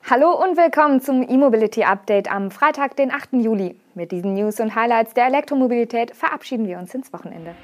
Hallo und willkommen zum E-Mobility Update am Freitag, den 8. Juli. Mit diesen News und Highlights der Elektromobilität verabschieden wir uns ins Wochenende.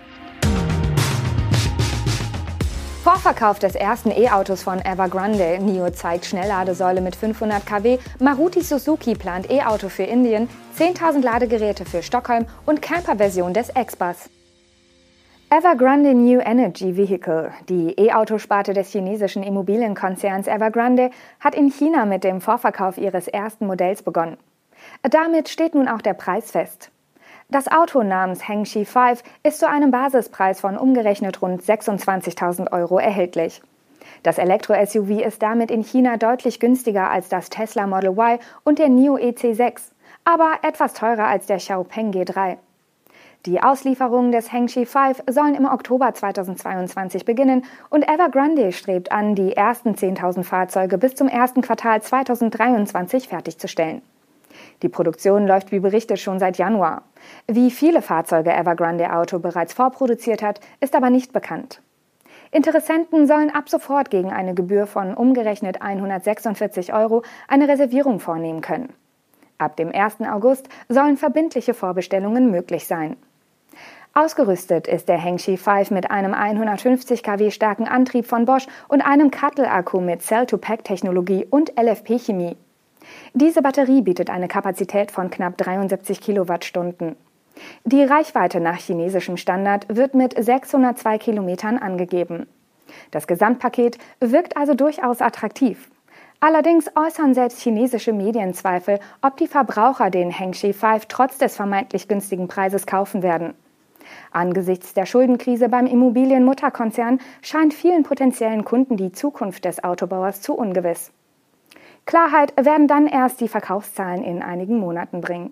Vorverkauf des ersten E-Autos von Evergrande. NIO zeigt Schnellladesäule mit 500 kW. Maruti Suzuki plant E-Auto für Indien. 10.000 Ladegeräte für Stockholm und Camper-Version des X-Bus. Evergrande New Energy Vehicle, die E-Auto-Sparte des chinesischen Immobilienkonzerns Evergrande, hat in China mit dem Vorverkauf ihres ersten Modells begonnen. Damit steht nun auch der Preis fest. Das Auto namens Hengqi 5 ist zu einem Basispreis von umgerechnet rund 26.000 € erhältlich. Das Elektro-SUV ist damit in China deutlich günstiger als das Tesla Model Y und der NIO EC6, aber etwas teurer als der Xiaopeng G3. Die Auslieferungen des Hengqi 5 sollen im Oktober 2022 beginnen und Evergrande strebt an, die ersten 10.000 Fahrzeuge bis zum ersten Quartal 2023 fertigzustellen. Die Produktion läuft wie berichtet schon seit Januar. Wie viele Fahrzeuge Evergrande Auto bereits vorproduziert hat, ist aber nicht bekannt. Interessenten sollen ab sofort gegen eine Gebühr von umgerechnet 146 € eine Reservierung vornehmen können. Ab dem 1. August sollen verbindliche Vorbestellungen möglich sein. Ausgerüstet ist der Hengqi 5 mit einem 150 kW starken Antrieb von Bosch und einem CATL-Akku mit Cell-to-Pack-Technologie und LFP-Chemie. Diese Batterie bietet eine Kapazität von knapp 73 Kilowattstunden. Die Reichweite nach chinesischem Standard wird mit 602 Kilometern angegeben. Das Gesamtpaket wirkt also durchaus attraktiv. Allerdings äußern selbst chinesische Medien Zweifel, ob die Verbraucher den Hengqi 5 trotz des vermeintlich günstigen Preises kaufen werden. Angesichts der Schuldenkrise beim Immobilienmutterkonzern scheint vielen potenziellen Kunden die Zukunft des Autobauers zu ungewiss. Klarheit werden dann erst die Verkaufszahlen in einigen Monaten bringen.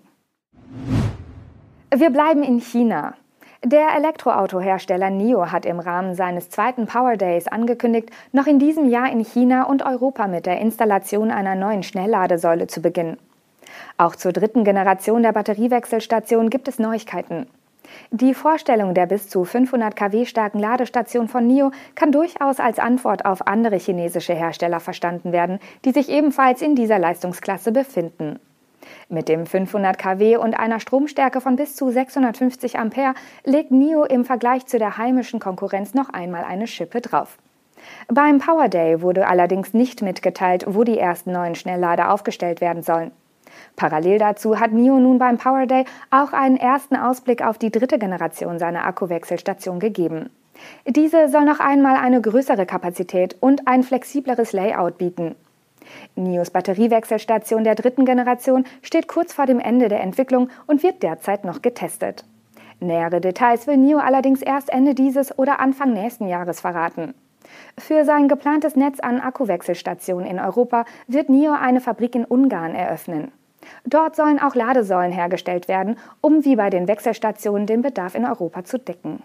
Wir bleiben in China. Der Elektroautohersteller NIO hat im Rahmen seines zweiten Power Days angekündigt, noch in diesem Jahr in China und Europa mit der Installation einer neuen Schnellladesäule zu beginnen. Auch zur dritten Generation der Batteriewechselstation gibt es Neuigkeiten. Die Vorstellung der bis zu 500 kW starken Ladestation von NIO kann durchaus als Antwort auf andere chinesische Hersteller verstanden werden, die sich ebenfalls in dieser Leistungsklasse befinden. Mit dem 500 kW und einer Stromstärke von bis zu 650 Ampere legt NIO im Vergleich zu der heimischen Konkurrenz noch einmal eine Schippe drauf. Beim Power Day wurde allerdings nicht mitgeteilt, wo die ersten neuen Schnelllader aufgestellt werden sollen. Parallel dazu hat NIO nun beim Power Day auch einen ersten Ausblick auf die dritte Generation seiner Akkuwechselstation gegeben. Diese soll noch einmal eine größere Kapazität und ein flexibleres Layout bieten. NIOs Batteriewechselstation der dritten Generation steht kurz vor dem Ende der Entwicklung und wird derzeit noch getestet. Nähere Details will NIO allerdings erst Ende dieses oder Anfang nächsten Jahres verraten. Für sein geplantes Netz an Akkuwechselstationen in Europa wird NIO eine Fabrik in Ungarn eröffnen. Dort sollen auch Ladesäulen hergestellt werden, um wie bei den Wechselstationen den Bedarf in Europa zu decken.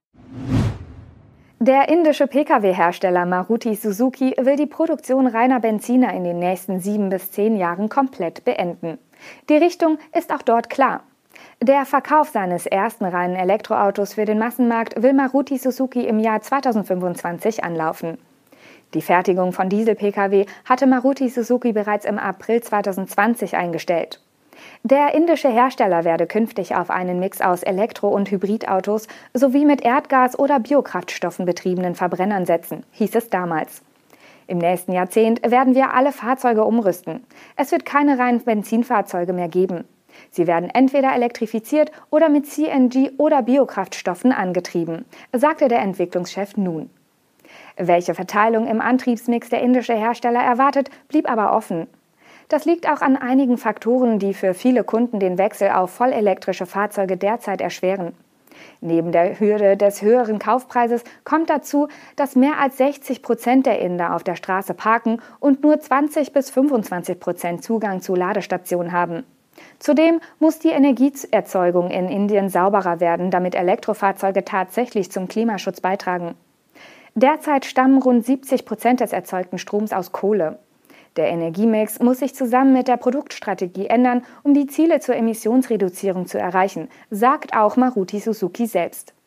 Der indische Pkw-Hersteller Maruti Suzuki will die Produktion reiner Benziner in den nächsten 7 bis 10 Jahren komplett beenden. Die Richtung ist auch dort klar. Der Verkauf seines ersten reinen Elektroautos für den Massenmarkt will Maruti Suzuki im Jahr 2025 anlaufen. Die Fertigung von Diesel-Pkw hatte Maruti Suzuki bereits im April 2020 eingestellt. Der indische Hersteller werde künftig auf einen Mix aus Elektro- und Hybridautos sowie mit Erdgas- oder Biokraftstoffen betriebenen Verbrennern setzen, hieß es damals. Im nächsten Jahrzehnt werden wir alle Fahrzeuge umrüsten. Es wird keine reinen Benzinfahrzeuge mehr geben. Sie werden entweder elektrifiziert oder mit CNG oder Biokraftstoffen angetrieben, sagte der Entwicklungschef nun. Welche Verteilung im Antriebsmix der indische Hersteller erwartet, blieb aber offen. Das liegt auch an einigen Faktoren, die für viele Kunden den Wechsel auf vollelektrische Fahrzeuge derzeit erschweren. Neben der Hürde des höheren Kaufpreises kommt dazu, dass mehr als 60% der Inder auf der Straße parken und nur 20 bis 25% Zugang zu Ladestationen haben. Zudem muss die Energieerzeugung in Indien sauberer werden, damit Elektrofahrzeuge tatsächlich zum Klimaschutz beitragen. Derzeit stammen rund 70% des erzeugten Stroms aus Kohle. Der Energiemix muss sich zusammen mit der Produktstrategie ändern, um die Ziele zur Emissionsreduzierung zu erreichen, sagt auch Maruti Suzuki selbst.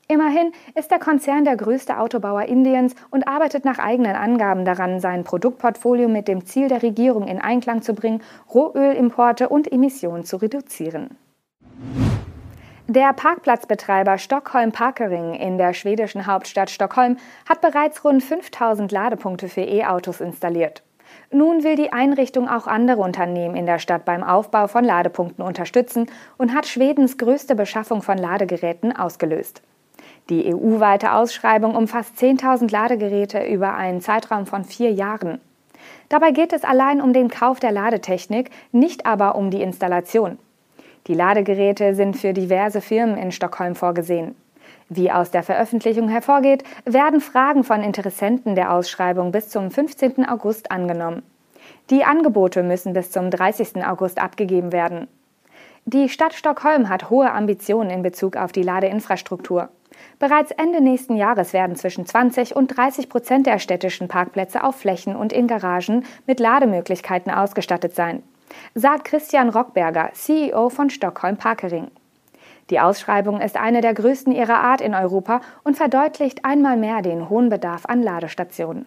Immerhin ist der Konzern der größte Autobauer Indiens und arbeitet nach eigenen Angaben daran, sein Produktportfolio mit dem Ziel der Regierung in Einklang zu bringen, Rohölimporte und Emissionen zu reduzieren. Der Parkplatzbetreiber Stockholm Parkering in der schwedischen Hauptstadt Stockholm hat bereits rund 5000 Ladepunkte für E-Autos installiert. Nun will die Einrichtung auch andere Unternehmen in der Stadt beim Aufbau von Ladepunkten unterstützen und hat Schwedens größte Beschaffung von Ladegeräten ausgelöst. Die EU-weite Ausschreibung umfasst 10.000 Ladegeräte über einen Zeitraum von 4 Jahren. Dabei geht es allein um den Kauf der Ladetechnik, nicht aber um die Installation. Die Ladegeräte sind für diverse Firmen in Stockholm vorgesehen. Wie aus der Veröffentlichung hervorgeht, werden Fragen von Interessenten der Ausschreibung bis zum 15. August angenommen. Die Angebote müssen bis zum 30. August abgegeben werden. Die Stadt Stockholm hat hohe Ambitionen in Bezug auf die Ladeinfrastruktur. Bereits Ende nächsten Jahres werden zwischen 20% und 30% der städtischen Parkplätze auf Flächen und in Garagen mit Lademöglichkeiten ausgestattet sein, sagt Christian Rockberger, CEO von Stockholm Parkering. Die Ausschreibung ist eine der größten ihrer Art in Europa und verdeutlicht einmal mehr den hohen Bedarf an Ladestationen.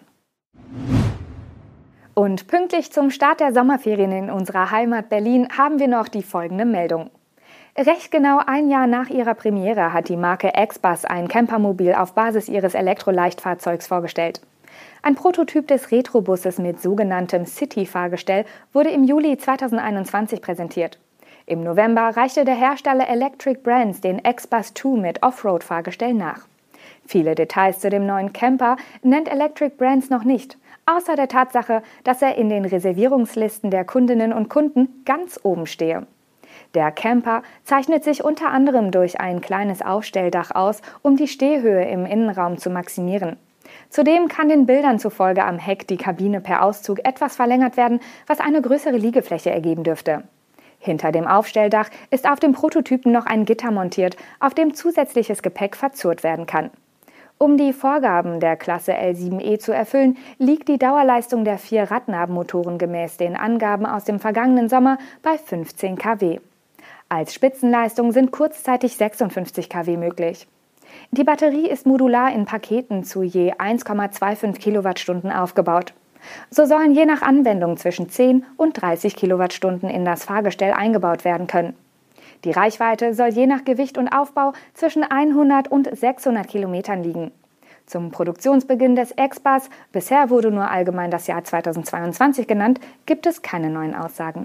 Und pünktlich zum Start der Sommerferien in unserer Heimat Berlin haben wir noch die folgende Meldung. Recht genau ein Jahr nach ihrer Premiere hat die Marke X-Bus ein Campermobil auf Basis ihres Elektroleichtfahrzeugs vorgestellt. Ein Prototyp des Retrobusses mit sogenanntem City-Fahrgestell wurde im Juli 2021 präsentiert. Im November reichte der Hersteller Electric Brands den X-Bus 2 mit Offroad-Fahrgestell nach. Viele Details zu dem neuen Camper nennt Electric Brands noch nicht, außer der Tatsache, dass er in den Reservierungslisten der Kundinnen und Kunden ganz oben stehe. Der Camper zeichnet sich unter anderem durch ein kleines Aufstelldach aus, um die Stehhöhe im Innenraum zu maximieren. Zudem kann den Bildern zufolge am Heck die Kabine per Auszug etwas verlängert werden, was eine größere Liegefläche ergeben dürfte. Hinter dem Aufstelldach ist auf dem Prototypen noch ein Gitter montiert, auf dem zusätzliches Gepäck verzurrt werden kann. Um die Vorgaben der Klasse L7e zu erfüllen, liegt die Dauerleistung der 4 Radnabenmotoren gemäß den Angaben aus dem vergangenen Sommer bei 15 kW. Als Spitzenleistung sind kurzzeitig 56 kW möglich. Die Batterie ist modular in Paketen zu je 1,25 Kilowattstunden aufgebaut. So sollen je nach Anwendung zwischen 10 und 30 Kilowattstunden in das Fahrgestell eingebaut werden können. Die Reichweite soll je nach Gewicht und Aufbau zwischen 100 und 600 Kilometern liegen. Zum Produktionsbeginn des X-Bus, bisher wurde nur allgemein das Jahr 2022 genannt, gibt es keine neuen Aussagen.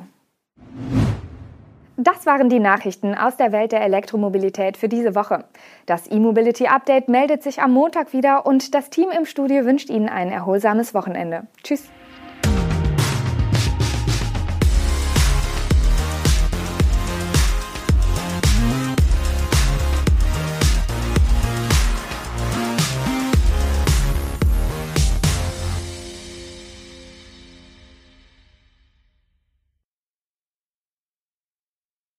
Das waren die Nachrichten aus der Welt der Elektromobilität für diese Woche. Das E-Mobility Update meldet sich am Montag wieder und das Team im Studio wünscht Ihnen ein erholsames Wochenende. Tschüss!